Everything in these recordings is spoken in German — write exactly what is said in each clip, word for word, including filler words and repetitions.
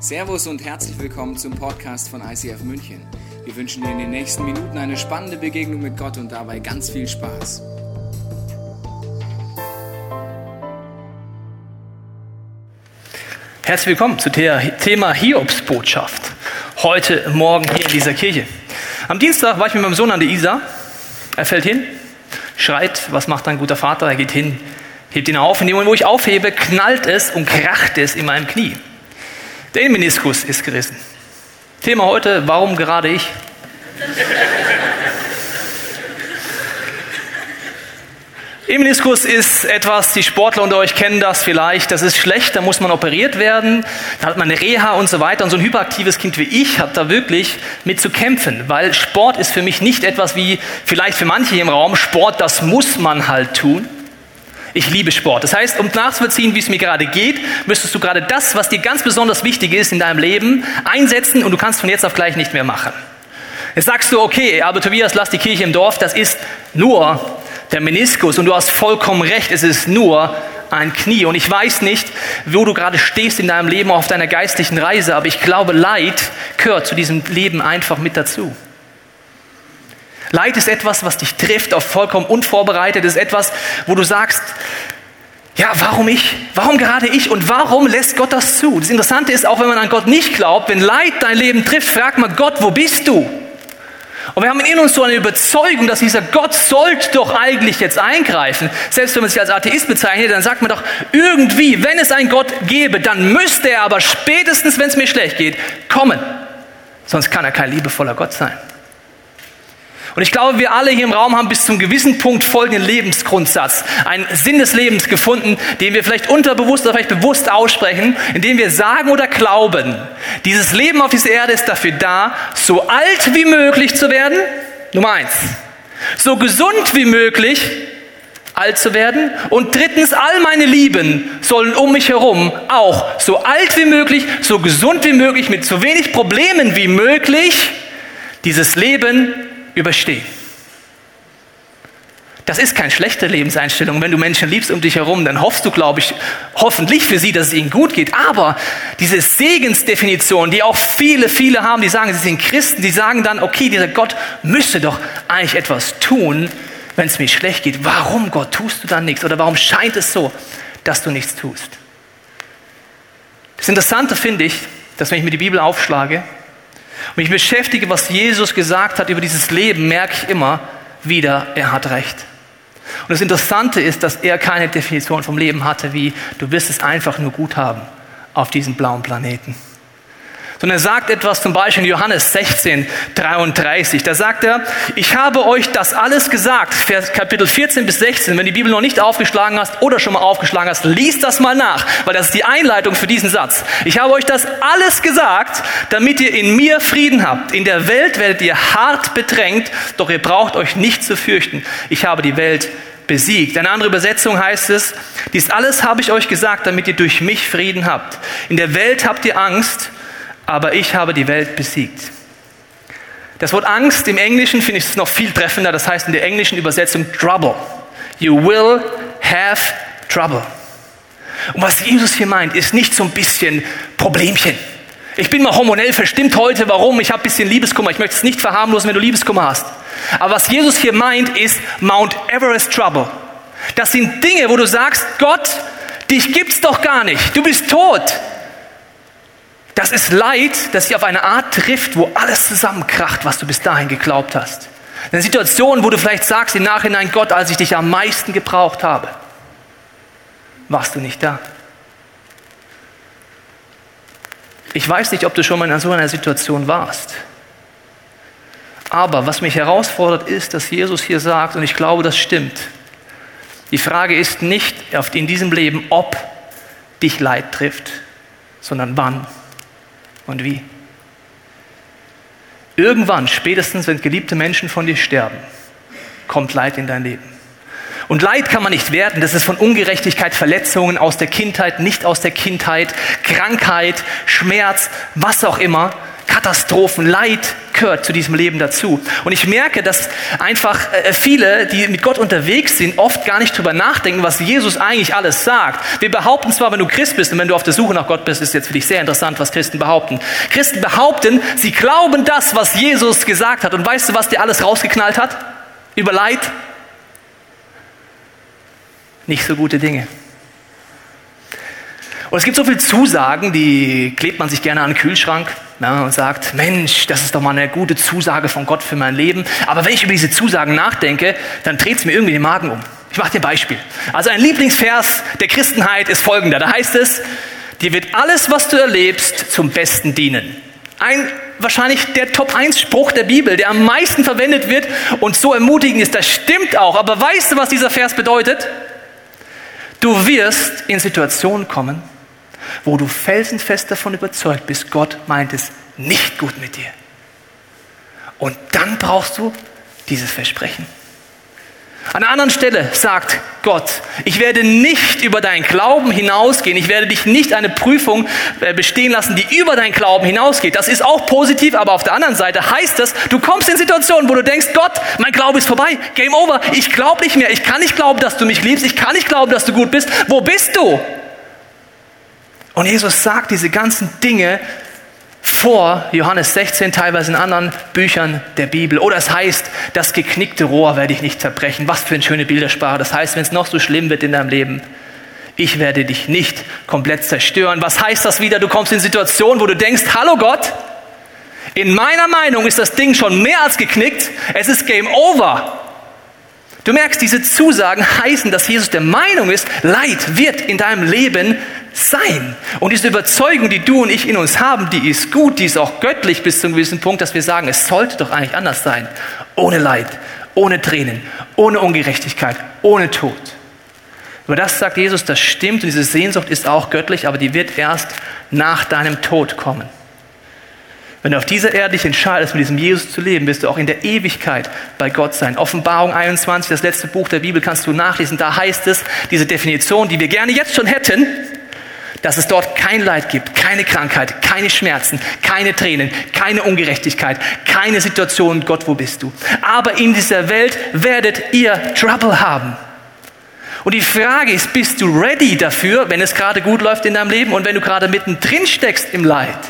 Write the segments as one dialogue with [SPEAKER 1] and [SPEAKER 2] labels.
[SPEAKER 1] Servus und herzlich willkommen zum Podcast von I C F München. Wir wünschen dir in den nächsten Minuten eine spannende Begegnung mit Gott und dabei ganz viel Spaß.
[SPEAKER 2] Herzlich willkommen zum Thema Hiobsbotschaft. Heute Morgen hier in dieser Kirche. Am Dienstag war ich mit meinem Sohn an der Isar. Er fällt hin, schreit, was macht ein guter Vater? Er geht hin, hebt ihn auf. In dem Moment, wo ich aufhebe, knallt es und kracht es in meinem Knie. Der Innenmeniskus ist gerissen. Thema heute, warum gerade ich? Innenmeniskus ist etwas, die Sportler unter euch kennen das vielleicht, das ist schlecht, da muss man operiert werden, da hat man eine Reha und so weiter. Und so ein hyperaktives Kind wie ich hat da wirklich mit zu kämpfen, weil Sport ist für mich nicht etwas wie vielleicht für manche hier im Raum, Sport, das muss man halt tun. Ich liebe Sport. Das heißt, um nachzuvollziehen, wie es mir gerade geht, müsstest du gerade das, was dir ganz besonders wichtig ist in deinem Leben, einsetzen und du kannst von jetzt auf gleich nicht mehr machen. Jetzt sagst du, okay, aber Tobias, lass die Kirche im Dorf, das ist nur der Meniskus und du hast vollkommen recht, es ist nur ein Knie. Und ich weiß nicht, wo du gerade stehst in deinem Leben auf deiner geistlichen Reise, aber ich glaube, Leid gehört zu diesem Leben einfach mit dazu. Leid ist etwas, was dich trifft, auf vollkommen unvorbereitet, ist etwas, wo du sagst, ja, warum ich? Warum gerade ich? Und warum lässt Gott das zu? Das Interessante ist, auch wenn man an Gott nicht glaubt, wenn Leid dein Leben trifft, fragt man Gott, wo bist du? Und wir haben in uns so eine Überzeugung, dass dieser Gott sollte doch eigentlich jetzt eingreifen. Selbst wenn man sich als Atheist bezeichnet, dann sagt man doch irgendwie, wenn es einen Gott gäbe, dann müsste er aber spätestens, wenn es mir schlecht geht, kommen. Sonst kann er kein liebevoller Gott sein. Und ich glaube, wir alle hier im Raum haben bis zum gewissen Punkt folgenden Lebensgrundsatz, einen Sinn des Lebens gefunden, den wir vielleicht unterbewusst oder vielleicht bewusst aussprechen, indem wir sagen oder glauben, dieses Leben auf dieser Erde ist dafür da, so alt wie möglich zu werden, Nummer eins, so gesund wie möglich alt zu werden und drittens, all meine Lieben sollen um mich herum auch so alt wie möglich, so gesund wie möglich, mit so wenig Problemen wie möglich dieses Leben überstehen. Das ist keine schlechte Lebenseinstellung. Wenn du Menschen liebst um dich herum, dann hoffst du, glaube ich, hoffentlich für sie, dass es ihnen gut geht. Aber diese Segensdefinition, die auch viele, viele haben, die sagen, sie sind Christen, die sagen dann, okay, dieser Gott müsste doch eigentlich etwas tun, wenn es mir schlecht geht. Warum, Gott, tust du dann nichts? Oder warum scheint es so, dass du nichts tust? Das Interessante finde ich, dass wenn ich mir die Bibel aufschlage, und ich beschäftige, was Jesus gesagt hat über dieses Leben, merke ich immer wieder, er hat recht. Und das Interessante ist, dass er keine Definition vom Leben hatte, wie du wirst es einfach nur gut haben auf diesem blauen Planeten. Sondern er sagt etwas zum Beispiel in Johannes sechzehn, dreiunddreißig. Da sagt er, ich habe euch das alles gesagt, Vers Kapitel vierzehn bis sechzehn. Wenn du die Bibel noch nicht aufgeschlagen hast oder schon mal aufgeschlagen hast, lies das mal nach, weil das ist die Einleitung für diesen Satz. Ich habe euch das alles gesagt, damit ihr in mir Frieden habt. In der Welt werdet ihr hart bedrängt, doch ihr braucht euch nicht zu fürchten. Ich habe die Welt besiegt. Eine andere Übersetzung heißt es, dies alles habe ich euch gesagt, damit ihr durch mich Frieden habt. In der Welt habt ihr Angst, aber ich habe die Welt besiegt. Das Wort Angst im Englischen finde ich es noch viel treffender. Das heißt in der englischen Übersetzung Trouble. You will have trouble. Und was Jesus hier meint, ist nicht so ein bisschen Problemchen. Ich bin mal hormonell verstimmt heute. Warum? Ich habe ein bisschen Liebeskummer. Ich möchte es nicht verharmlosen, wenn du Liebeskummer hast. Aber was Jesus hier meint, ist Mount Everest Trouble. Das sind Dinge, wo du sagst, Gott, dich gibt's doch gar nicht. Du bist tot. Das ist Leid, das dich auf eine Art trifft, wo alles zusammenkracht, was du bis dahin geglaubt hast. Eine Situation, wo du vielleicht sagst im Nachhinein, Gott, als ich dich am meisten gebraucht habe, warst du nicht da. Ich weiß nicht, ob du schon mal in so einer Situation warst. Aber was mich herausfordert, ist, dass Jesus hier sagt, und ich glaube, das stimmt. Die Frage ist nicht in diesem Leben, ob dich Leid trifft, sondern wann. Und wie? Irgendwann, spätestens wenn geliebte Menschen von dir sterben, kommt Leid in dein Leben. Und Leid kann man nicht werten, das ist von Ungerechtigkeit, Verletzungen aus der Kindheit, nicht aus der Kindheit, Krankheit, Schmerz, was auch immer. Katastrophen, Leid gehört zu diesem Leben dazu. Und ich merke, dass einfach viele, die mit Gott unterwegs sind, oft gar nicht drüber nachdenken, was Jesus eigentlich alles sagt. Wir behaupten zwar, wenn du Christ bist und wenn du auf der Suche nach Gott bist, ist jetzt für dich sehr interessant, was Christen behaupten. Christen behaupten, sie glauben das, was Jesus gesagt hat. Und weißt du, was dir alles rausgeknallt hat? Über Leid? Nicht so gute Dinge. Und es gibt so viele Zusagen, die klebt man sich gerne an den Kühlschrank, ja, und sagt, Mensch, das ist doch mal eine gute Zusage von Gott für mein Leben. Aber wenn ich über diese Zusagen nachdenke, dann dreht es mir irgendwie den Magen um. Ich mache dir ein Beispiel. Also ein Lieblingsvers der Christenheit ist folgender. Da heißt es, dir wird alles, was du erlebst, zum Besten dienen. Ein wahrscheinlich der Top eins Spruch der Bibel, der am meisten verwendet wird und so ermutigend ist. Das stimmt auch. Aber weißt du, was dieser Vers bedeutet? Du wirst in Situationen kommen, wo du felsenfest davon überzeugt bist, Gott meint es nicht gut mit dir. Und dann brauchst du dieses Versprechen. An einer anderen Stelle sagt Gott, ich werde nicht über deinen Glauben hinausgehen, ich werde dich nicht eine Prüfung bestehen lassen, die über deinen Glauben hinausgeht. Das ist auch positiv, aber auf der anderen Seite heißt das, du kommst in Situationen, wo du denkst, Gott, mein Glaube ist vorbei, Game over, ich glaube nicht mehr, ich kann nicht glauben, dass du mich liebst, ich kann nicht glauben, dass du gut bist. Wo bist du? Und Jesus sagt diese ganzen Dinge vor Johannes sechzehn, teilweise in anderen Büchern der Bibel. Oder es heißt, das geknickte Rohr werde ich nicht zerbrechen. Was für eine schöne Bildersprache. Das heißt, wenn es noch so schlimm wird in deinem Leben, ich werde dich nicht komplett zerstören. Was heißt das wieder? Du kommst in Situationen, wo du denkst, hallo Gott, in meiner Meinung ist das Ding schon mehr als geknickt. Es ist Game over. Du merkst, diese Zusagen heißen, dass Jesus der Meinung ist, Leid wird in deinem Leben sein. Und diese Überzeugung, die du und ich in uns haben, die ist gut, die ist auch göttlich bis zu einem gewissen Punkt, dass wir sagen, es sollte doch eigentlich anders sein. Ohne Leid, ohne Tränen, ohne Ungerechtigkeit, ohne Tod. Über das sagt Jesus, das stimmt und diese Sehnsucht ist auch göttlich, aber die wird erst nach deinem Tod kommen. Wenn du auf dieser Erde dich entscheidest, mit diesem Jesus zu leben, wirst du auch in der Ewigkeit bei Gott sein. Offenbarung einundzwanzig, das letzte Buch der Bibel, kannst du nachlesen. Da heißt es, diese Definition, die wir gerne jetzt schon hätten, dass es dort kein Leid gibt, keine Krankheit, keine Schmerzen, keine Tränen, keine Ungerechtigkeit, keine Situation, Gott, wo bist du? Aber in dieser Welt werdet ihr Trouble haben. Und die Frage ist, bist du ready dafür, wenn es gerade gut läuft in deinem Leben und wenn du gerade mittendrin steckst im Leid?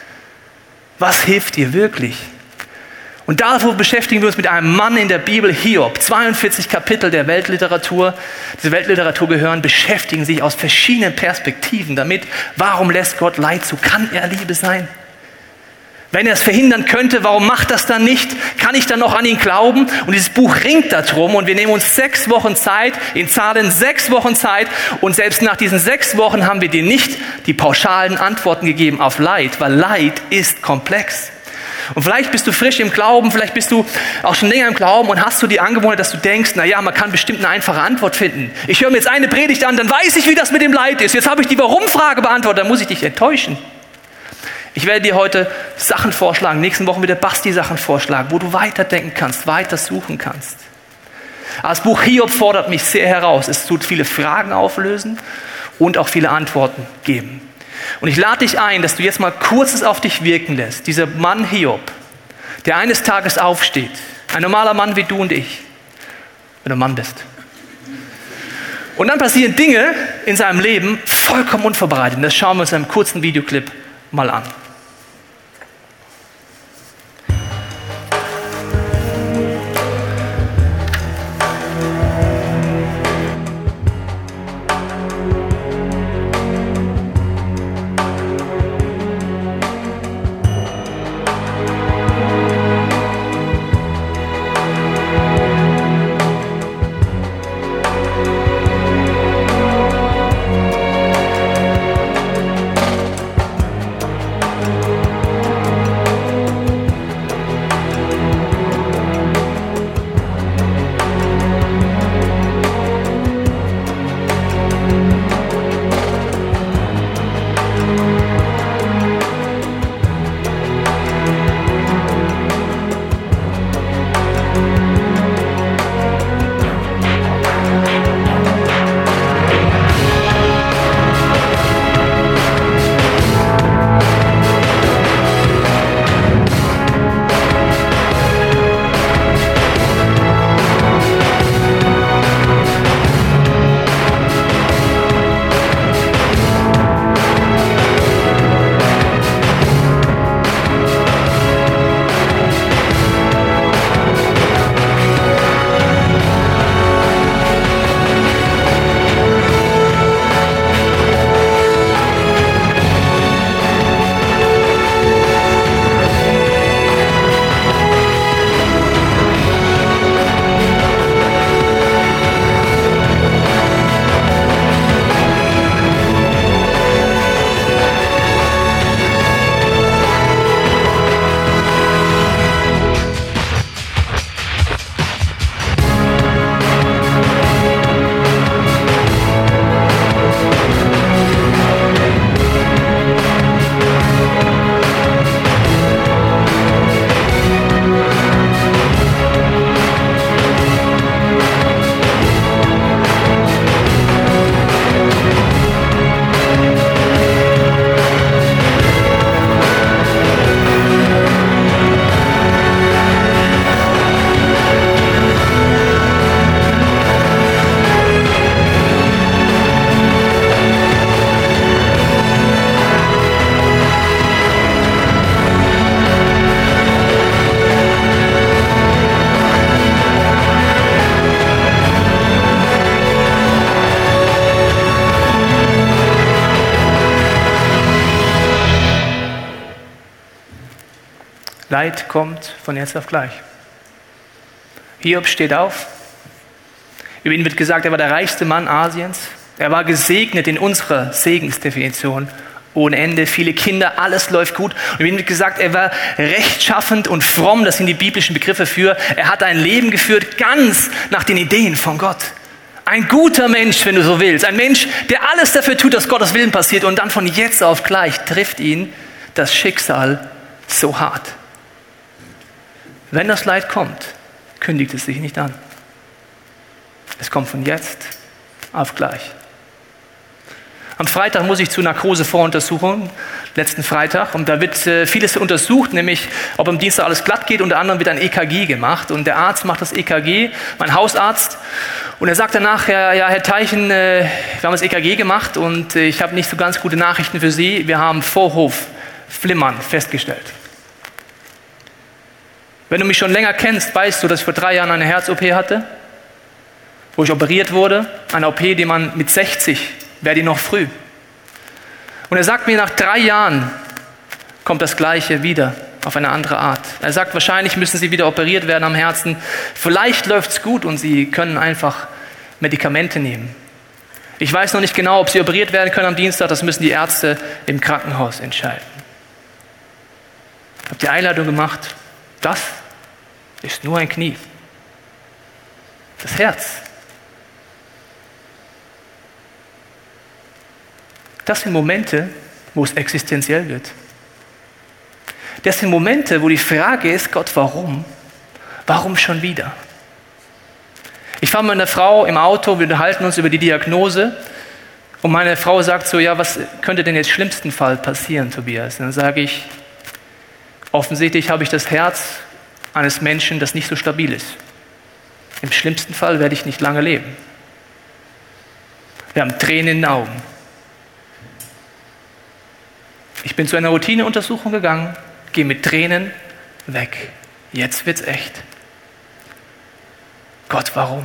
[SPEAKER 2] Was hilft dir wirklich? Und dafür beschäftigen wir uns mit einem Mann in der Bibel, Hiob. zweiundvierzig Kapitel der Weltliteratur, diese Weltliteratur gehören, beschäftigen sich aus verschiedenen Perspektiven damit. Warum lässt Gott Leid zu? Kann er Liebe sein? Wenn er es verhindern könnte, warum macht das dann nicht? Kann ich dann noch an ihn glauben? Und dieses Buch ringt darum und wir nehmen uns sechs Wochen Zeit, in Zahlen sechs Wochen Zeit und selbst nach diesen sechs Wochen haben wir dir nicht die pauschalen Antworten gegeben auf Leid, weil Leid ist komplex. Und vielleicht bist du frisch im Glauben, vielleicht bist du auch schon länger im Glauben und hast du die Angewohnheit, dass du denkst, na ja, man kann bestimmt eine einfache Antwort finden. Ich höre mir jetzt eine Predigt an, dann weiß ich, wie das mit dem Leid ist. Jetzt habe ich die Warum-Frage beantwortet, dann muss ich dich enttäuschen. Ich werde dir heute Sachen vorschlagen, nächsten Wochen wird der Basti Sachen vorschlagen, wo du weiterdenken kannst, weiter suchen kannst. Aber das Buch Hiob fordert mich sehr heraus. Es tut viele Fragen auflösen und auch viele Antworten geben. Und ich lade dich ein, dass du jetzt mal kurzes auf dich wirken lässt. Dieser Mann Hiob, der eines Tages aufsteht, ein normaler Mann wie du und ich, wenn du Mann bist. Und dann passieren Dinge in seinem Leben vollkommen unvorbereitet. Das schauen wir uns in einem kurzen Videoclip mal an. Leid kommt von jetzt auf gleich. Hiob steht auf. Über ihn wird gesagt, er war der reichste Mann Asiens. Er war gesegnet in unserer Segensdefinition. Ohne Ende, viele Kinder, alles läuft gut. Und über ihn wird gesagt, er war rechtschaffend und fromm. Das sind die biblischen Begriffe für. Er hat ein Leben geführt, ganz nach den Ideen von Gott. Ein guter Mensch, wenn du so willst. Ein Mensch, der alles dafür tut, dass Gottes Willen passiert. Und dann von jetzt auf gleich trifft ihn das Schicksal so hart. Wenn das Leid kommt, kündigt es sich nicht an. Es kommt von jetzt auf gleich. Am Freitag muss ich zur Narkosevoruntersuchung, letzten Freitag, und da wird äh, vieles untersucht, nämlich ob am Dienstag alles glatt geht. Unter anderem wird ein E K G gemacht und der Arzt macht das E K G, mein Hausarzt, und er sagt danach, ja, ja Herr Teichen, äh, wir haben das E K G gemacht und äh, ich habe nicht so ganz gute Nachrichten für Sie, wir haben Vorhofflimmern festgestellt. Wenn du mich schon länger kennst, weißt du, dass ich vor drei Jahren eine Herz-O P hatte, wo ich operiert wurde, eine O P, die man mit sechzig, wäre die noch früh. Und er sagt mir, nach drei Jahren kommt das Gleiche wieder, auf eine andere Art. Er sagt, wahrscheinlich müssen Sie wieder operiert werden am Herzen. Vielleicht läuft es gut und Sie können einfach Medikamente nehmen. Ich weiß noch nicht genau, ob Sie operiert werden können am Dienstag, das müssen die Ärzte im Krankenhaus entscheiden. Ich habe die Einleitung gemacht, das ist nur ein Knie. Das Herz. Das sind Momente, wo es existenziell wird. Das sind Momente, wo die Frage ist, Gott, warum? Warum schon wieder? Ich fahre mit einer Frau im Auto, wir unterhalten uns über die Diagnose und meine Frau sagt so, ja, was könnte denn jetzt schlimmsten Fall passieren, Tobias? Und dann sage ich, offensichtlich habe ich das Herz eines Menschen, das nicht so stabil ist. Im schlimmsten Fall werde ich nicht lange leben. Wir haben Tränen in den Augen. Ich bin zu einer Routineuntersuchung gegangen, gehe mit Tränen weg. Jetzt wird's echt. Gott, warum?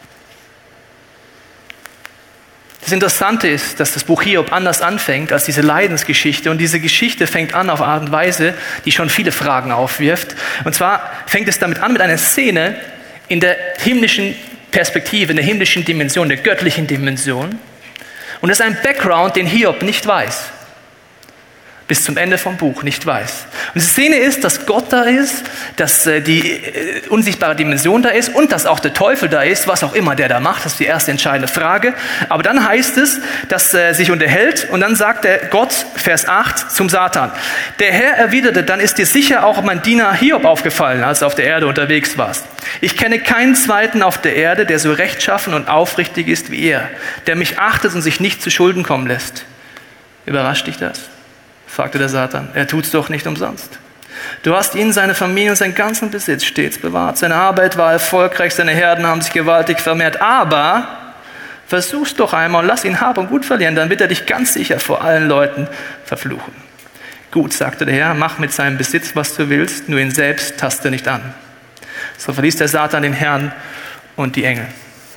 [SPEAKER 2] Das Interessante ist, dass das Buch Hiob anders anfängt als diese Leidensgeschichte. Und diese Geschichte fängt an auf Art und Weise, die schon viele Fragen aufwirft. Und zwar fängt es damit an mit einer Szene in der himmlischen Perspektive, in der himmlischen Dimension, der göttlichen Dimension. Und das ist ein Background, den Hiob nicht weiß. Bis zum Ende vom Buch nicht weiß. Und die Szene ist, dass Gott da ist, dass äh, die äh, unsichtbare Dimension da ist und dass auch der Teufel da ist, was auch immer der da macht. Das ist die erste entscheidende Frage. Aber dann heißt es, dass er äh, sich unterhält und dann sagt der Gott, Vers acht, zum Satan. Der Herr erwiderte, dann ist dir sicher auch mein Diener Hiob aufgefallen, als du auf der Erde unterwegs warst. Ich kenne keinen zweiten auf der Erde, der so rechtschaffen und aufrichtig ist wie er, der mich achtet und sich nicht zu Schulden kommen lässt. Überrascht dich das? Fragte der Satan, er tut's doch nicht umsonst. Du hast ihn, seine Familie und seinen ganzen Besitz stets bewahrt. Seine Arbeit war erfolgreich, seine Herden haben sich gewaltig vermehrt. Aber versuch's doch einmal und lass ihn Hab und Gut verlieren, dann wird er dich ganz sicher vor allen Leuten verfluchen. Gut, sagte der Herr, mach mit seinem Besitz, was du willst, nur ihn selbst taste nicht an. So verließ der Satan den Herrn und die Engel.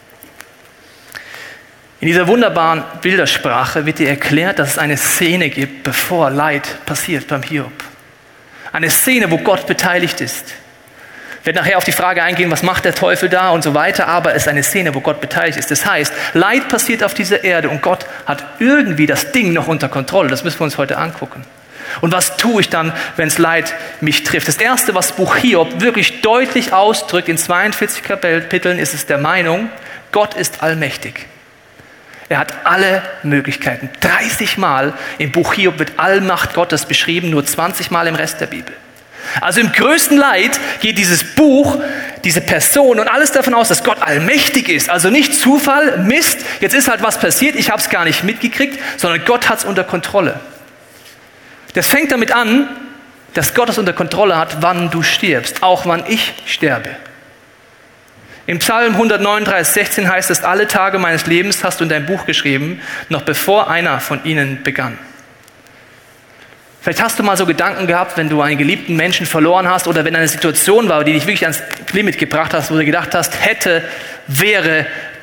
[SPEAKER 2] In dieser wunderbaren Bildersprache wird dir erklärt, dass es eine Szene gibt, bevor Leid passiert beim Hiob. Eine Szene, wo Gott beteiligt ist. Ich werde nachher auf die Frage eingehen, was macht der Teufel da und so weiter, aber es ist eine Szene, wo Gott beteiligt ist. Das heißt, Leid passiert auf dieser Erde und Gott hat irgendwie das Ding noch unter Kontrolle. Das müssen wir uns heute angucken. Und was tue ich dann, wenn es Leid mich trifft? Das Erste, was das Buch Hiob wirklich deutlich ausdrückt, in zweiundvierzig Kapiteln, ist es der Meinung, Gott ist allmächtig. Er hat alle Möglichkeiten. dreißig Mal im Buch Hiob wird Allmacht Gottes beschrieben, nur zwanzig Mal im Rest der Bibel. Also im größten Leid geht dieses Buch, diese Person und alles davon aus, dass Gott allmächtig ist. Also nicht Zufall, Mist, jetzt ist halt was passiert, ich habe es gar nicht mitgekriegt, sondern Gott hat es unter Kontrolle. Das fängt damit an, dass Gott es unter Kontrolle hat, wann du stirbst, auch wann ich sterbe. Im Psalm hundertneununddreißig, sechzehn heißt es, alle Tage meines Lebens hast du in dein Buch geschrieben, noch bevor einer von ihnen begann. Vielleicht hast du mal so Gedanken gehabt, wenn du einen geliebten Menschen verloren hast oder wenn eine Situation war, die dich wirklich ans Limit gebracht hast, wo du gedacht hast, hätte, wäre,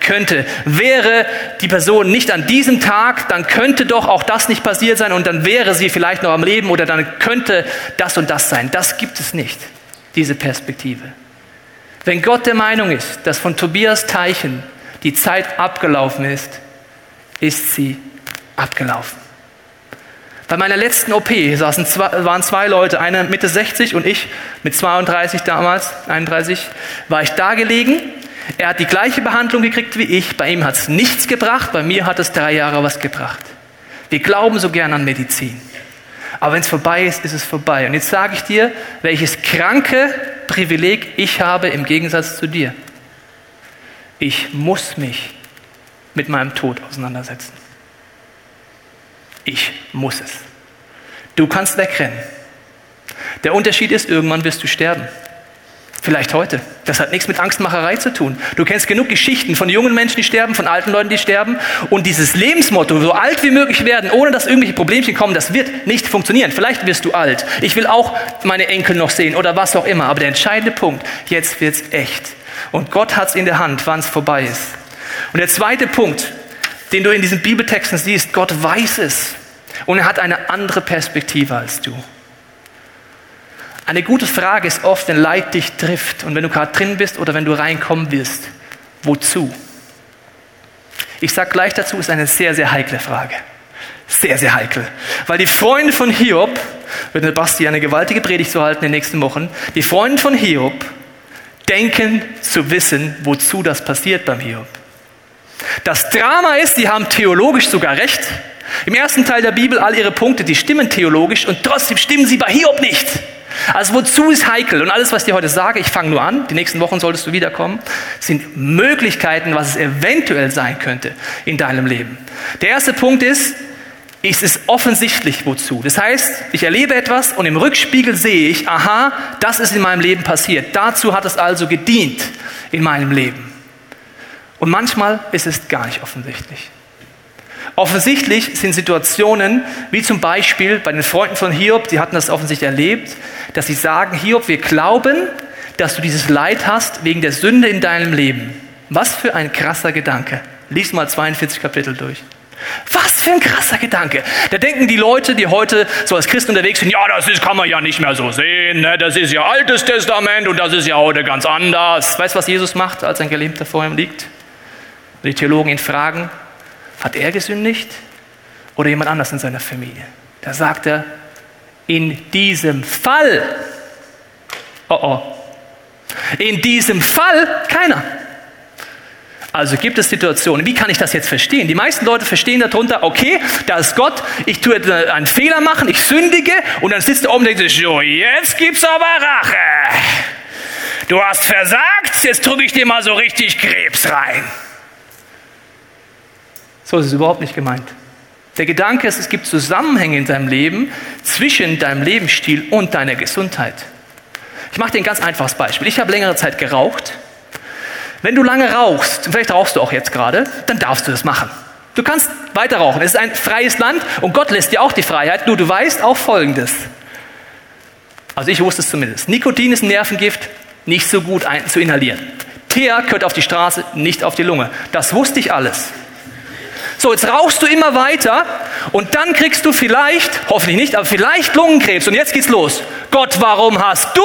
[SPEAKER 2] könnte. Wäre die Person nicht an diesem Tag, dann könnte doch auch das nicht passiert sein und dann wäre sie vielleicht noch am Leben oder dann könnte das und das sein. Das gibt es nicht, diese Perspektive. Wenn Gott der Meinung ist, dass von Tobias Teichen die Zeit abgelaufen ist, ist sie abgelaufen. Bei meiner letzten O P saßen zwei, waren zwei Leute, einer Mitte sechzig und ich mit zweiunddreißig damals, einunddreißig, war ich da gelegen. Er hat die gleiche Behandlung gekriegt wie ich. Bei ihm hat es nichts gebracht, bei mir hat es drei Jahre was gebracht. Wir glauben so gern an Medizin. Aber wenn es vorbei ist, ist es vorbei. Und jetzt sage ich dir, welches kranke Privileg ich habe im Gegensatz zu dir. Ich muss mich mit meinem Tod auseinandersetzen. Ich muss es. Du kannst wegrennen. Der Unterschied ist, irgendwann wirst du sterben. Vielleicht heute. Das hat nichts mit Angstmacherei zu tun. Du kennst genug Geschichten von jungen Menschen, die sterben, von alten Leuten, die sterben. Und dieses Lebensmotto, so alt wie möglich werden, ohne dass irgendwelche Problemchen kommen, das wird nicht funktionieren. Vielleicht wirst du alt. Ich will auch meine Enkel noch sehen oder was auch immer. Aber der entscheidende Punkt, jetzt wird's echt. Und Gott hat's in der Hand, wann es vorbei ist. Und der zweite Punkt, den du in diesen Bibeltexten siehst, Gott weiß es. Und er hat eine andere Perspektive als du. Eine gute Frage ist oft, wenn Leid dich trifft und wenn du gerade drin bist oder wenn du reinkommen willst, wozu? Ich sage gleich dazu, ist eine sehr, sehr heikle Frage. Sehr, sehr heikel. Weil die Freunde von Hiob, wird der Basti eine gewaltige Predigt zu halten in den nächsten Wochen, die Freunde von Hiob denken zu wissen, wozu das passiert beim Hiob. Das Drama ist, die haben theologisch sogar recht. Im ersten Teil der Bibel, all ihre Punkte, die stimmen theologisch und trotzdem stimmen sie bei Hiob nicht. Also wozu ist heikel? Und alles, was ich dir heute sage, ich fange nur an, die nächsten Wochen solltest du wiederkommen, sind Möglichkeiten, was es eventuell sein könnte in deinem Leben. Der erste Punkt ist, es ist offensichtlich wozu. Das heißt, ich erlebe etwas und im Rückspiegel sehe ich, aha, das ist in meinem Leben passiert. Dazu hat es also gedient in meinem Leben. Und manchmal ist es gar nicht offensichtlich. Offensichtlich sind Situationen, wie zum Beispiel bei den Freunden von Hiob, die hatten das offensichtlich erlebt, dass sie sagen, Hiob, wir glauben, dass du dieses Leid hast wegen der Sünde in deinem Leben. Was für ein krasser Gedanke. Lies mal zweiundvierzig Kapitel durch. Was für ein krasser Gedanke. Da denken die Leute, die heute so als Christen unterwegs sind, ja, das ist, kann man ja nicht mehr so sehen, ne? Das ist ja Altes Testament und das ist ja heute ganz anders. Weißt du, was Jesus macht, als ein Gelähmter vor ihm liegt? Und die Theologen ihn fragen, hat er gesündigt oder jemand anders in seiner Familie? Da sagt er, in diesem Fall, oh oh, in diesem Fall keiner. Also gibt es Situationen, wie kann ich das jetzt verstehen? Die meisten Leute verstehen darunter, okay, da ist Gott, ich tue einen Fehler machen, ich sündige und dann sitzt er oben und denkt sich, so, jetzt gibt's aber Rache. Du hast versagt, jetzt drücke ich dir mal so richtig Krebs rein. So ist es überhaupt nicht gemeint. Der Gedanke ist, es gibt Zusammenhänge in deinem Leben zwischen deinem Lebensstil und deiner Gesundheit. Ich mache dir ein ganz einfaches Beispiel. Ich habe längere Zeit geraucht. Wenn du lange rauchst, vielleicht rauchst du auch jetzt gerade, dann darfst du das machen. Du kannst weiter rauchen. Es ist ein freies Land und Gott lässt dir auch die Freiheit. Nur du weißt auch Folgendes. Also ich wusste es zumindest. Nikotin ist ein Nervengift, nicht so gut ein, zu inhalieren. Teer gehört auf die Straße, nicht auf die Lunge. Das wusste ich alles. So, jetzt rauchst du immer weiter und dann kriegst du vielleicht, hoffentlich nicht, aber vielleicht Lungenkrebs. Und jetzt geht's los. Gott, warum hast du?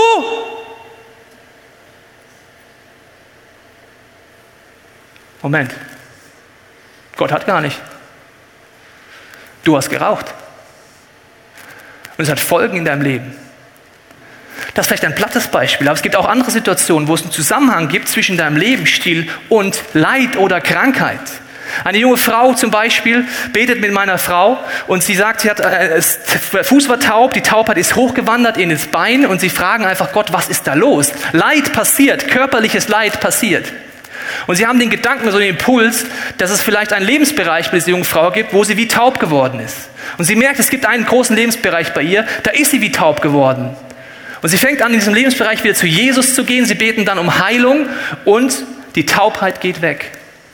[SPEAKER 2] Moment. Gott hat gar nicht. Du hast geraucht. Und es hat Folgen in deinem Leben. Das ist vielleicht ein plattes Beispiel, aber es gibt auch andere Situationen, wo es einen Zusammenhang gibt zwischen deinem Lebensstil und Leid oder Krankheit. Eine junge Frau zum Beispiel betet mit meiner Frau und sie sagt, sie hat, äh, der Fuß war taub, die Taubheit ist hochgewandert in das Bein und sie fragen einfach Gott, was ist da los? Leid passiert, körperliches Leid passiert. Und sie haben den Gedanken, so den Impuls, dass es vielleicht einen Lebensbereich bei dieser jungen Frau gibt, wo sie wie taub geworden ist. Und sie merkt, es gibt einen großen Lebensbereich bei ihr, da ist sie wie taub geworden. Und sie fängt an, in diesem Lebensbereich wieder zu Jesus zu gehen, sie beten dann um Heilung und die Taubheit geht weg.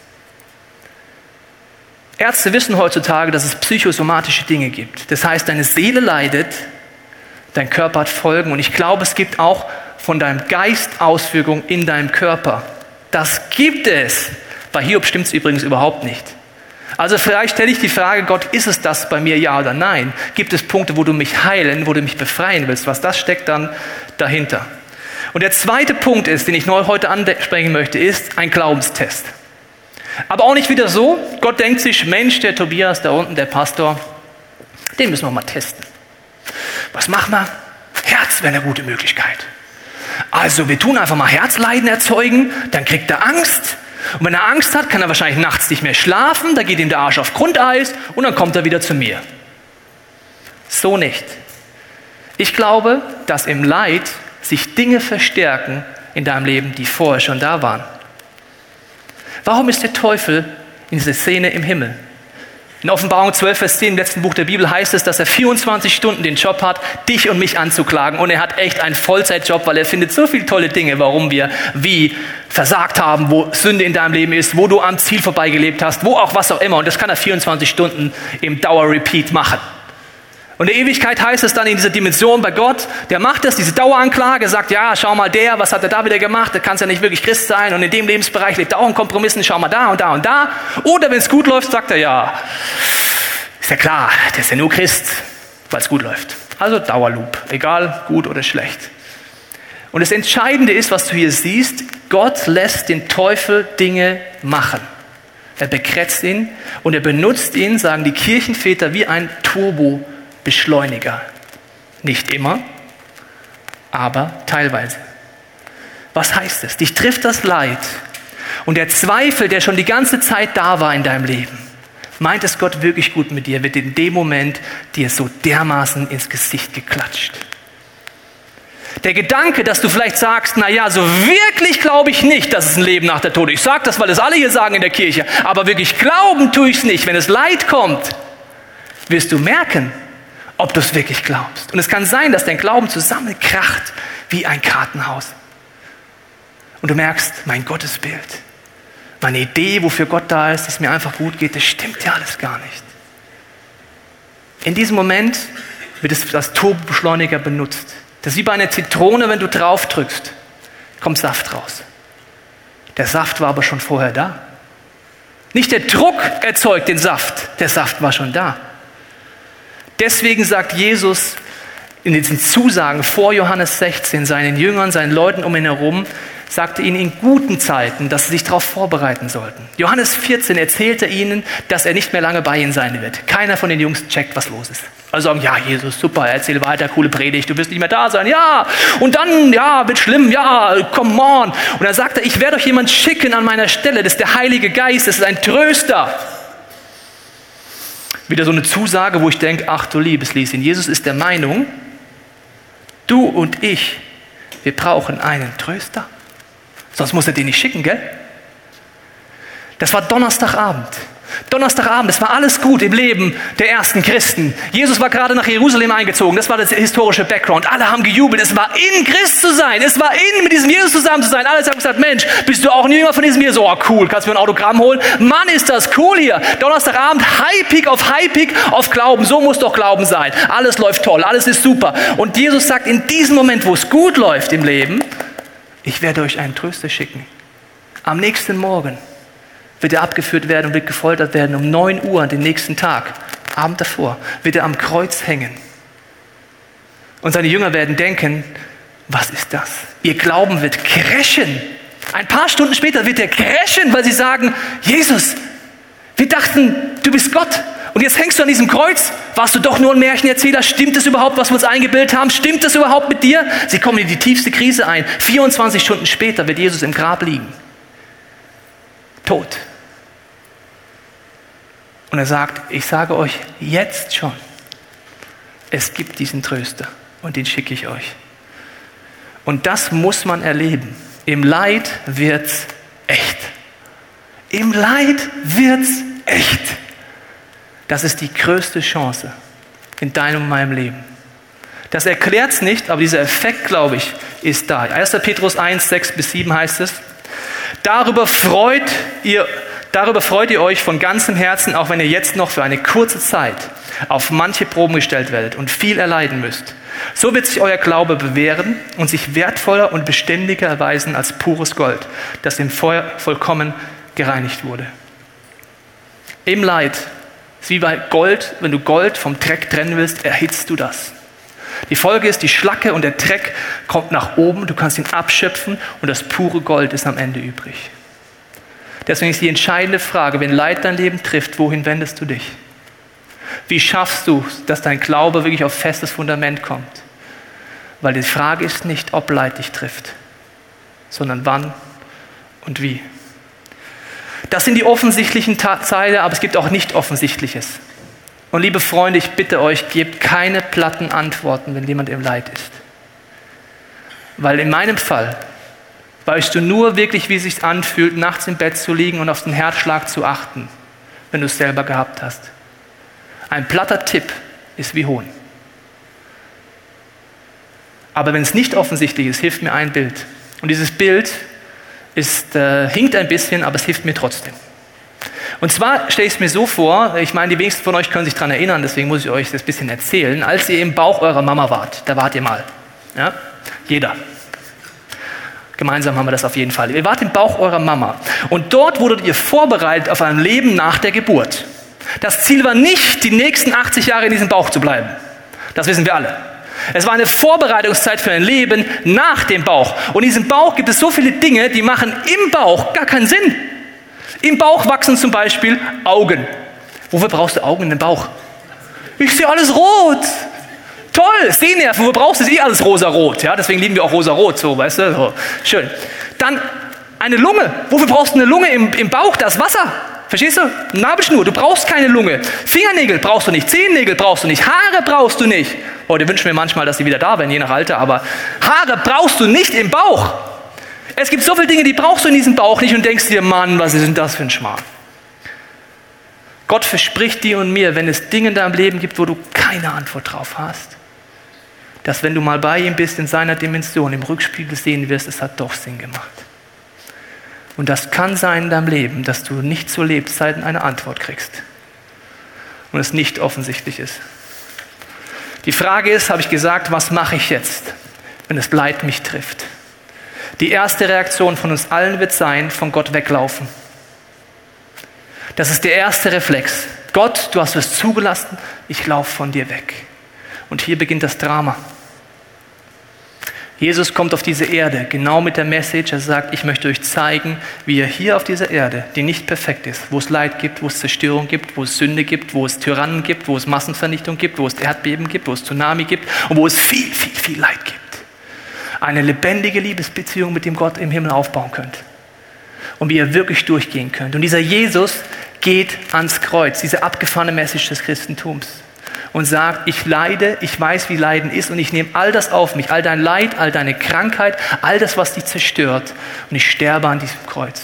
[SPEAKER 2] Ärzte wissen heutzutage, dass es psychosomatische Dinge gibt. Das heißt, deine Seele leidet, dein Körper hat Folgen. Und ich glaube, es gibt auch von deinem Geist Auswirkungen in deinem Körper. Das gibt es, Bei Hiob stimmt es übrigens überhaupt nicht. Also vielleicht stelle ich die Frage, Gott, ist es das bei mir, ja oder nein? Gibt es Punkte, wo du mich heilen, wo du mich befreien willst? Was das steckt dann dahinter? Und der zweite Punkt ist, den ich neu heute ansprechen möchte, ist ein Glaubenstest. Aber auch nicht wieder so, Gott denkt sich, Mensch, der Tobias da unten, der Pastor, den müssen wir mal testen. Was machen wir? Herz wäre eine gute Möglichkeit. Also wir tun einfach mal Herzleiden erzeugen, dann kriegt er Angst. Und wenn er Angst hat, kann er wahrscheinlich nachts nicht mehr schlafen, da geht ihm der Arsch auf Grundeis und dann kommt er wieder zu mir. So nicht. Ich glaube, dass im Leid sich Dinge verstärken in deinem Leben, die vorher schon da waren. Warum ist der Teufel in dieser Szene im Himmel? In Offenbarung zwölf, Vers zehn, im letzten Buch der Bibel, heißt es, dass er vierundzwanzig Stunden den Job hat, dich und mich anzuklagen. Und er hat echt einen Vollzeitjob, weil er findet so viele tolle Dinge, warum wir wie versagt haben, wo Sünde in deinem Leben ist, wo du am Ziel vorbeigelebt hast, wo auch was auch immer. Und das kann er vierundzwanzig Stunden im Dauer-Repeat machen. Und in der Ewigkeit heißt es dann in dieser Dimension bei Gott, der macht das, diese Daueranklage, sagt, ja, schau mal der, was hat er da wieder gemacht, der kann ja nicht wirklich Christ sein und in dem Lebensbereich lebt er auch in Kompromissen, schau mal da und da und da. Oder wenn es gut läuft, sagt er, ja, ist ja klar, der ist ja nur Christ, weil es gut läuft. Also Dauerloop, egal gut oder schlecht. Und das Entscheidende ist, was du hier siehst, Gott lässt den Teufel Dinge machen. Er bekrätzt ihn und er benutzt ihn, sagen die Kirchenväter, wie ein Turbo. Beschleuniger. Nicht immer, aber teilweise. Was heißt es? Dich trifft das Leid und der Zweifel, der schon die ganze Zeit da war in deinem Leben, meint es Gott wirklich gut mit dir, wird in dem Moment dir so dermaßen ins Gesicht geklatscht. Der Gedanke, dass du vielleicht sagst, na ja, so wirklich glaube ich nicht, dass es ein Leben nach der Tod ist. Ich sage das, weil es alle hier sagen in der Kirche, aber wirklich glauben tue ich es nicht. Wenn es Leid kommt, wirst du merken, ob du es wirklich glaubst. Und es kann sein, dass dein Glauben zusammenkracht wie ein Kartenhaus. Und du merkst, mein Gottesbild, meine Idee, wofür Gott da ist, dass es mir einfach gut geht, das stimmt ja alles gar nicht. In diesem Moment wird es als Turbobeschleuniger benutzt. Das ist wie bei einer Zitrone, wenn du drauf drückst, kommt Saft raus. Der Saft war aber schon vorher da. Nicht der Druck erzeugt den Saft, der Saft war schon da. Deswegen sagt Jesus in diesen Zusagen vor Johannes sechzehn seinen Jüngern, seinen Leuten um ihn herum, sagte ihnen in guten Zeiten, dass sie sich darauf vorbereiten sollten. Johannes vierzehn erzählte ihnen, dass er nicht mehr lange bei ihnen sein wird. Keiner von den Jungs checkt, was los ist. Also sagen, ja, Jesus, super, erzähl weiter, coole Predigt, du wirst nicht mehr da sein, ja. Und dann, ja, wird schlimm, ja, come on. Und dann sagt er, ich werde euch jemand schicken an meiner Stelle, das ist der Heilige Geist, das ist ein Tröster. Wieder so eine Zusage, wo ich denke, ach du liebes Lieschen, Jesus ist der Meinung, du und ich, wir brauchen einen Tröster. Sonst muss er den nicht schicken, gell? Das war Donnerstagabend. Donnerstagabend, es war alles gut im Leben der ersten Christen. Jesus war gerade nach Jerusalem eingezogen, das war das historische Background. Alle haben gejubelt, es war in Christ zu sein, es war in mit diesem Jesus zusammen zu sein. Alle haben gesagt, Mensch, bist du auch ein Jünger von diesem Jesus? Oh cool, kannst du mir ein Autogramm holen? Mann, ist das cool hier. Donnerstagabend, High Peak auf High Peak auf Glauben, so muss doch Glauben sein. Alles läuft toll, alles ist super. Und Jesus sagt, in diesem Moment, wo es gut läuft im Leben, ich werde euch einen Tröster schicken. Am nächsten Morgen wird er abgeführt werden und wird gefoltert werden. Um neun Uhr den nächsten Tag, Abend davor, wird er am Kreuz hängen. Und seine Jünger werden denken, was ist das? Ihr Glauben wird crashen. Ein paar Stunden später wird er crashen, weil sie sagen, Jesus, wir dachten, du bist Gott. Und jetzt hängst du an diesem Kreuz. Warst du doch nur ein Märchenerzähler? Stimmt es überhaupt, was wir uns eingebildet haben? Stimmt es überhaupt mit dir? Sie kommen in die tiefste Krise ein. vierundzwanzig Stunden später wird Jesus im Grab liegen. Tot. Und er sagt, ich sage euch jetzt schon, es gibt diesen Tröster und den schicke ich euch. Und das muss man erleben. Im Leid wird's echt. Im Leid wird's echt. Das ist die größte Chance in deinem und meinem Leben. Das erklärt's nicht, aber dieser Effekt, glaube ich, ist da. erster Petrus eins, sechs bis sieben heißt es, darüber freut ihr Darüber freut ihr euch von ganzem Herzen, auch wenn ihr jetzt noch für eine kurze Zeit auf manche Proben gestellt werdet und viel erleiden müsst. So wird sich euer Glaube bewähren und sich wertvoller und beständiger erweisen als pures Gold, das im Feuer vollkommen gereinigt wurde. Im Leid ist wie bei Gold, wenn du Gold vom Dreck trennen willst, erhitzt du das. Die Folge ist, die Schlacke und der Dreck kommt nach oben, du kannst ihn abschöpfen und das pure Gold ist am Ende übrig. Deswegen ist die entscheidende Frage, wenn Leid dein Leben trifft, wohin wendest du dich? Wie schaffst du, dass dein Glaube wirklich auf festes Fundament kommt? Weil die Frage ist nicht, ob Leid dich trifft, sondern wann und wie. Das sind die offensichtlichen Teile, aber es gibt auch nicht Offensichtliches. Und liebe Freunde, ich bitte euch, gebt keine platten Antworten, wenn jemand im Leid ist. Weil in meinem Fall weißt du nur wirklich, wie es sich anfühlt, nachts im Bett zu liegen und auf den Herzschlag zu achten, wenn du es selber gehabt hast. Ein platter Tipp ist wie Hohn. Aber wenn es nicht offensichtlich ist, hilft mir ein Bild. Und dieses Bild ist, äh, hinkt ein bisschen, aber es hilft mir trotzdem. Und zwar stelle ich es mir so vor, ich meine, die wenigsten von euch können sich daran erinnern, deswegen muss ich euch das ein bisschen erzählen. Als ihr im Bauch eurer Mama wart, da wart ihr mal. Ja? Jeder. Gemeinsam haben wir das auf jeden Fall. Ihr wart im Bauch eurer Mama. Und dort wurdet ihr vorbereitet auf ein Leben nach der Geburt. Das Ziel war nicht, die nächsten achtzig Jahre in diesem Bauch zu bleiben. Das wissen wir alle. Es war eine Vorbereitungszeit für ein Leben nach dem Bauch. Und in diesem Bauch gibt es so viele Dinge, die machen im Bauch gar keinen Sinn. Im Bauch wachsen zum Beispiel Augen. Wofür brauchst du Augen in den Bauch? Ich sehe alles rot. Toll, Sehnerven, wofür brauchst du? Ist eh alles rosa-rot. Ja? Deswegen lieben wir auch rosa-rot, so, weißt du? So. Schön. Dann eine Lunge. Wofür brauchst du eine Lunge im, im Bauch? Da ist Wasser. Verstehst du? Nabelschnur, du brauchst keine Lunge. Fingernägel brauchst du nicht, Zehennägel brauchst du nicht, Haare brauchst du nicht. Heute wünschen wir manchmal, dass sie wieder da wären, je nach Alter, aber Haare brauchst du nicht im Bauch. Es gibt so viele Dinge, die brauchst du in diesem Bauch nicht und denkst dir, Mann, was ist denn das für ein Schmarrn? Gott verspricht dir und mir, wenn es Dinge in deinem Leben gibt, wo du keine Antwort drauf hast, dass wenn du mal bei ihm bist, in seiner Dimension, im Rückspiegel sehen wirst, es hat doch Sinn gemacht. Und das kann sein in deinem Leben, dass du nicht zu Lebzeiten eine Antwort kriegst und es nicht offensichtlich ist. Die Frage ist, habe ich gesagt, was mache ich jetzt, wenn das Leid mich trifft? Die erste Reaktion von uns allen wird sein, von Gott weglaufen. Das ist der erste Reflex. Gott, du hast es zugelassen, ich laufe von dir weg. Und hier beginnt das Drama. Jesus kommt auf diese Erde, genau mit der Message, er sagt, ich möchte euch zeigen, wie ihr hier auf dieser Erde, die nicht perfekt ist, wo es Leid gibt, wo es Zerstörung gibt, wo es Sünde gibt, wo es Tyrannen gibt, wo es Massenvernichtung gibt, wo es Erdbeben gibt, wo es Tsunami gibt und wo es viel, viel, viel Leid gibt. Eine lebendige Liebesbeziehung mit dem Gott im Himmel aufbauen könnt. Und wie ihr wirklich durchgehen könnt. Und dieser Jesus geht ans Kreuz, diese abgefahrene Message des Christentums. Und sagt, ich leide, ich weiß, wie Leiden ist und ich nehme all das auf mich, all dein Leid, all deine Krankheit, all das, was dich zerstört und ich sterbe an diesem Kreuz.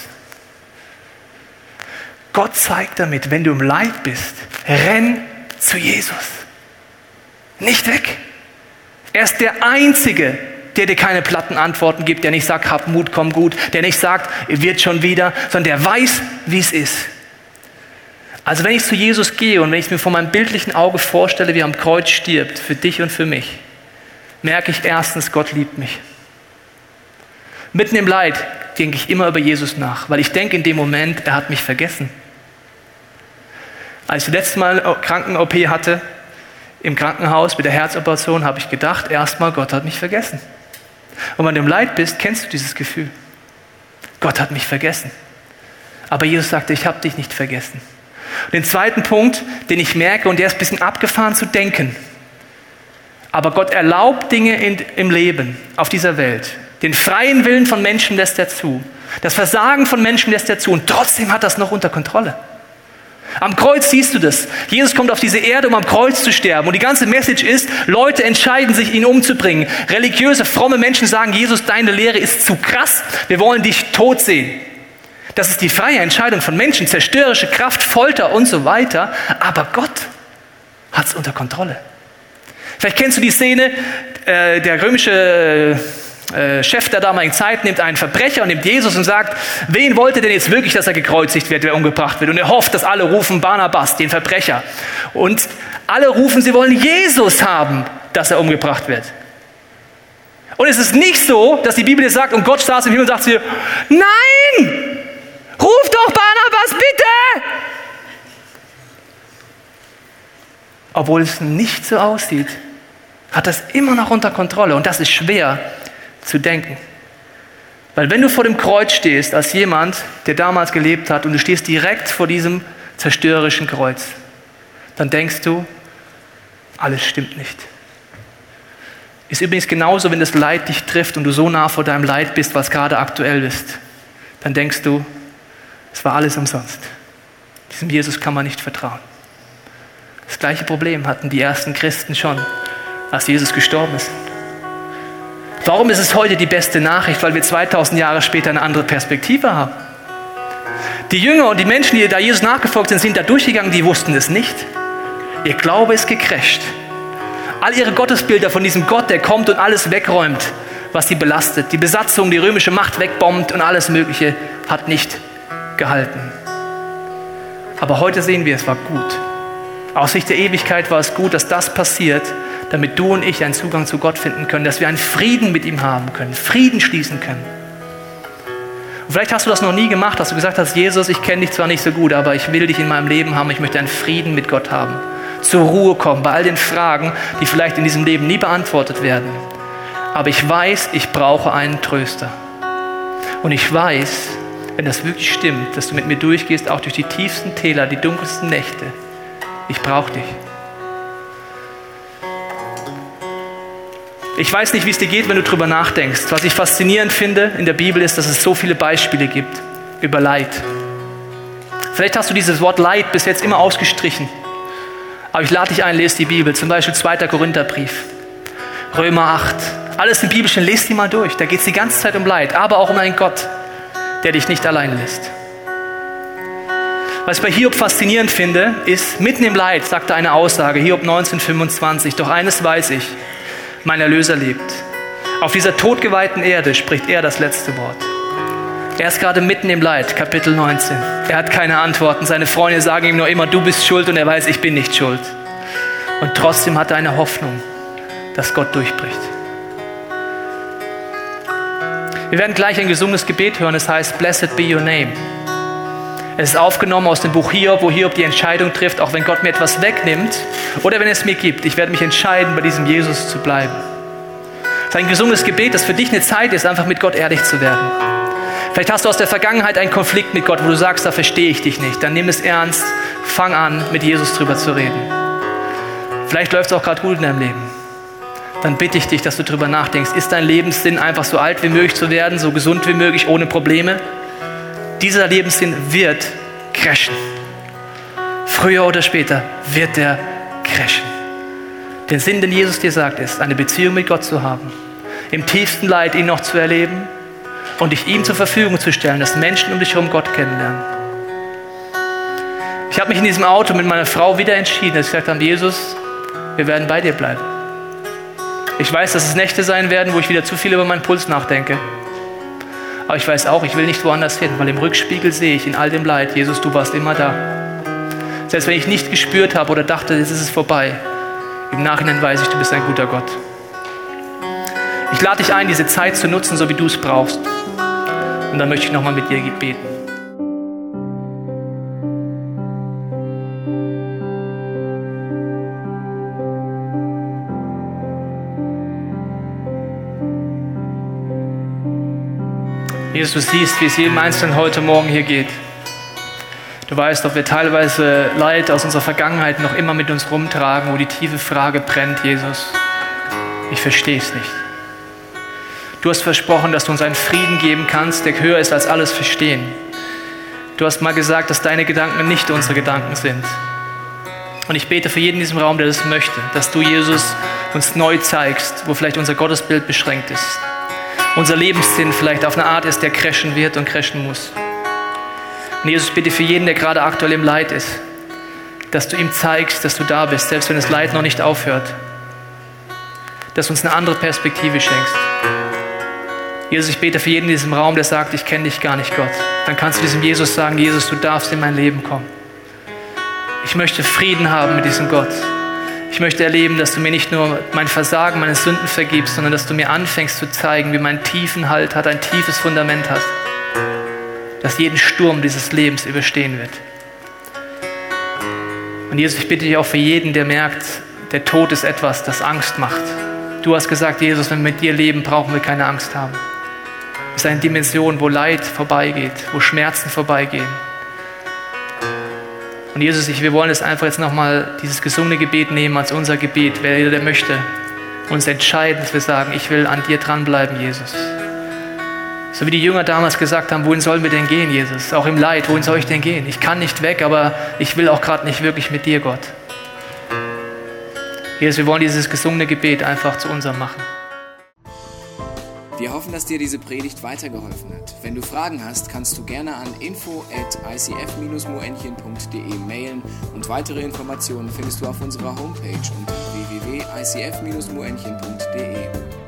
[SPEAKER 2] Gott zeigt damit, wenn du im Leid bist, renn zu Jesus. Nicht weg. Er ist der Einzige, der dir keine platten Antworten gibt, der nicht sagt, hab Mut, komm gut, der nicht sagt, wird schon wieder, sondern der weiß, wie es ist. Also wenn ich zu Jesus gehe und wenn ich es mir vor meinem bildlichen Auge vorstelle, wie er am Kreuz stirbt, für dich und für mich, merke ich erstens, Gott liebt mich. Mitten im Leid denke ich immer über Jesus nach, weil ich denke in dem Moment, er hat mich vergessen. Als ich das letzte Mal Kranken-O P hatte, im Krankenhaus mit der Herzoperation, habe ich gedacht, erstmal, Gott hat mich vergessen. Und wenn du im Leid bist, kennst du dieses Gefühl. Gott hat mich vergessen. Aber Jesus sagte, ich habe dich nicht vergessen. Und den zweiten Punkt, den ich merke, und der ist ein bisschen abgefahren zu denken, aber Gott erlaubt Dinge in, im Leben, auf dieser Welt. Den freien Willen von Menschen lässt er zu. Das Versagen von Menschen lässt er zu. Und trotzdem hat das noch unter Kontrolle. Am Kreuz siehst du das. Jesus kommt auf diese Erde, um am Kreuz zu sterben. Und die ganze Message ist, Leute entscheiden sich, ihn umzubringen. Religiöse, fromme Menschen sagen, Jesus, deine Lehre ist zu krass. Wir wollen dich tot sehen. Das ist die freie Entscheidung von Menschen, zerstörerische Kraft, Folter und so weiter. Aber Gott hat es unter Kontrolle. Vielleicht kennst du die Szene, äh, der römische äh, Chef der damaligen Zeit nimmt einen Verbrecher und nimmt Jesus und sagt, wen wollte denn jetzt wirklich, dass er gekreuzigt wird, wer umgebracht wird? Und er hofft, dass alle rufen Barnabas, den Verbrecher. Und alle rufen, sie wollen Jesus haben, dass er umgebracht wird. Und es ist nicht so, dass die Bibel jetzt sagt, und Gott saß im Himmel und sagt zu ihr, nein! Ruf doch Barnabas, bitte! Obwohl es nicht so aussieht, hat das immer noch unter Kontrolle. Und das ist schwer zu denken. Weil wenn du vor dem Kreuz stehst, als jemand, der damals gelebt hat, und du stehst direkt vor diesem zerstörerischen Kreuz, dann denkst du, alles stimmt nicht. Ist übrigens genauso, wenn das Leid dich trifft und du so nah vor deinem Leid bist, was gerade aktuell ist. Dann denkst du, es war alles umsonst. Diesem Jesus kann man nicht vertrauen. Das gleiche Problem hatten die ersten Christen schon, als Jesus gestorben ist. Warum ist es heute die beste Nachricht? Weil wir zweitausend Jahre später eine andere Perspektive haben. Die Jünger und die Menschen, die da Jesus nachgefolgt sind, sind da durchgegangen, die wussten es nicht. Ihr Glaube ist gecrasht. All ihre Gottesbilder von diesem Gott, der kommt und alles wegräumt, was sie belastet. Die Besatzung, die römische Macht wegbombt und alles Mögliche hat nicht gehalten. Aber heute sehen wir, es war gut. Aus Sicht der Ewigkeit war es gut, dass das passiert, damit du und ich einen Zugang zu Gott finden können, dass wir einen Frieden mit ihm haben können, Frieden schließen können. Und vielleicht hast du das noch nie gemacht, dass du gesagt hast, Jesus, ich kenne dich zwar nicht so gut, aber ich will dich in meinem Leben haben, ich möchte einen Frieden mit Gott haben. Zur Ruhe kommen bei all den Fragen, die vielleicht in diesem Leben nie beantwortet werden. Aber ich weiß, ich brauche einen Tröster. Und ich weiß, wenn das wirklich stimmt, dass du mit mir durchgehst, auch durch die tiefsten Täler, die dunkelsten Nächte, ich brauche dich. Ich weiß nicht, wie es dir geht, wenn du drüber nachdenkst. Was ich faszinierend finde in der Bibel ist, dass es so viele Beispiele gibt über Leid. Vielleicht hast du dieses Wort Leid bis jetzt immer ausgestrichen. Aber ich lade dich ein, lese die Bibel. Zum Beispiel zweiter Korintherbrief, Römer acht. Alles im Biblischen, lest die mal durch. Da geht es die ganze Zeit um Leid, aber auch um einen Gott, der dich nicht allein lässt. Was ich bei Hiob faszinierend finde, ist, mitten im Leid sagt er eine Aussage, Hiob neunzehn fünfundzwanzig, doch eines weiß ich, mein Erlöser lebt. Auf dieser todgeweihten Erde spricht er das letzte Wort. Er ist gerade mitten im Leid, Kapitel neunzehn. Er hat keine Antworten. Seine Freunde sagen ihm nur immer, du bist schuld, und er weiß, ich bin nicht schuld. Und trotzdem hat er eine Hoffnung, dass Gott durchbricht. Wir werden gleich ein gesungenes Gebet hören, es heißt, Blessed be your name. Es ist aufgenommen aus dem Buch Hiob, wo Hiob die Entscheidung trifft, auch wenn Gott mir etwas wegnimmt oder wenn es mir gibt, ich werde mich entscheiden, bei diesem Jesus zu bleiben. Es ist ein gesungenes Gebet, das für dich eine Zeit ist, einfach mit Gott ehrlich zu werden. Vielleicht hast du aus der Vergangenheit einen Konflikt mit Gott, wo du sagst, da verstehe ich dich nicht. Dann nimm es ernst, fang an, mit Jesus drüber zu reden. Vielleicht läuft es auch gerade gut in deinem Leben. Dann bitte ich dich, dass du drüber nachdenkst. Ist dein Lebenssinn einfach so alt wie möglich zu werden, so gesund wie möglich, ohne Probleme? Dieser Lebenssinn wird crashen. Früher oder später wird der crashen. Der Sinn, den Jesus dir sagt, ist, eine Beziehung mit Gott zu haben, im tiefsten Leid ihn noch zu erleben und dich ihm zur Verfügung zu stellen, dass Menschen um dich herum Gott kennenlernen. Ich habe mich in diesem Auto mit meiner Frau wieder entschieden, dass ich gesagt habe, Jesus, wir werden bei dir bleiben. Ich weiß, dass es Nächte sein werden, wo ich wieder zu viel über meinen Puls nachdenke. Aber ich weiß auch, ich will nicht woanders hin, weil im Rückspiegel sehe ich in all dem Leid, Jesus, du warst immer da. Selbst wenn ich nicht gespürt habe oder dachte, jetzt ist es vorbei, im Nachhinein weiß ich, du bist ein guter Gott. Ich lade dich ein, diese Zeit zu nutzen, so wie du es brauchst. Und dann möchte ich nochmal mit dir beten. Jesus, du siehst, wie es jedem Einzelnen heute Morgen hier geht. Du weißt, ob wir teilweise Leid aus unserer Vergangenheit noch immer mit uns rumtragen, wo die tiefe Frage brennt, Jesus, ich verstehe es nicht. Du hast versprochen, dass du uns einen Frieden geben kannst, der höher ist als alles Verstehen. Du hast mal gesagt, dass deine Gedanken nicht unsere Gedanken sind. Und ich bete für jeden in diesem Raum, der das möchte, dass du, Jesus, uns neu zeigst, wo vielleicht unser Gottesbild beschränkt ist. Unser Lebenssinn vielleicht auf eine Art ist, der crashen wird und crashen muss. Und Jesus, bitte für jeden, der gerade aktuell im Leid ist, dass du ihm zeigst, dass du da bist, selbst wenn das Leid noch nicht aufhört. Dass du uns eine andere Perspektive schenkst. Jesus, ich bete für jeden in diesem Raum, der sagt, ich kenne dich gar nicht, Gott. Dann kannst du diesem Jesus sagen, Jesus, du darfst in mein Leben kommen. Ich möchte Frieden haben mit diesem Gott. Ich möchte erleben, dass du mir nicht nur mein Versagen, meine Sünden vergibst, sondern dass du mir anfängst zu zeigen, wie mein tiefen Halt hat, ein tiefes Fundament hat. das jeden Sturm dieses Lebens überstehen wird. Und Jesus, ich bitte dich auch für jeden, der merkt, der Tod ist etwas, das Angst macht. Du hast gesagt, Jesus, wenn wir mit dir leben, brauchen wir keine Angst haben. Es ist eine Dimension, wo Leid vorbeigeht, wo Schmerzen vorbeigehen. Und Jesus, ich, wir wollen jetzt einfach jetzt nochmal dieses gesungene Gebet nehmen als unser Gebet. Wer der möchte, uns entscheiden, dass wir sagen, ich will an dir dranbleiben, Jesus. So wie die Jünger damals gesagt haben, wohin sollen wir denn gehen, Jesus? Auch im Leid, wohin soll ich denn gehen? Ich kann nicht weg, aber ich will auch gerade nicht wirklich mit dir, Gott. Jesus, wir wollen dieses gesungene Gebet einfach zu unserem machen.
[SPEAKER 1] Wir hoffen, dass dir diese Predigt weitergeholfen hat. Wenn du Fragen hast, kannst du gerne an info at i c f dash moenchen punkt d e mailen und weitere Informationen findest du auf unserer Homepage unter w w w punkt i c f dash moenchen punkt d e.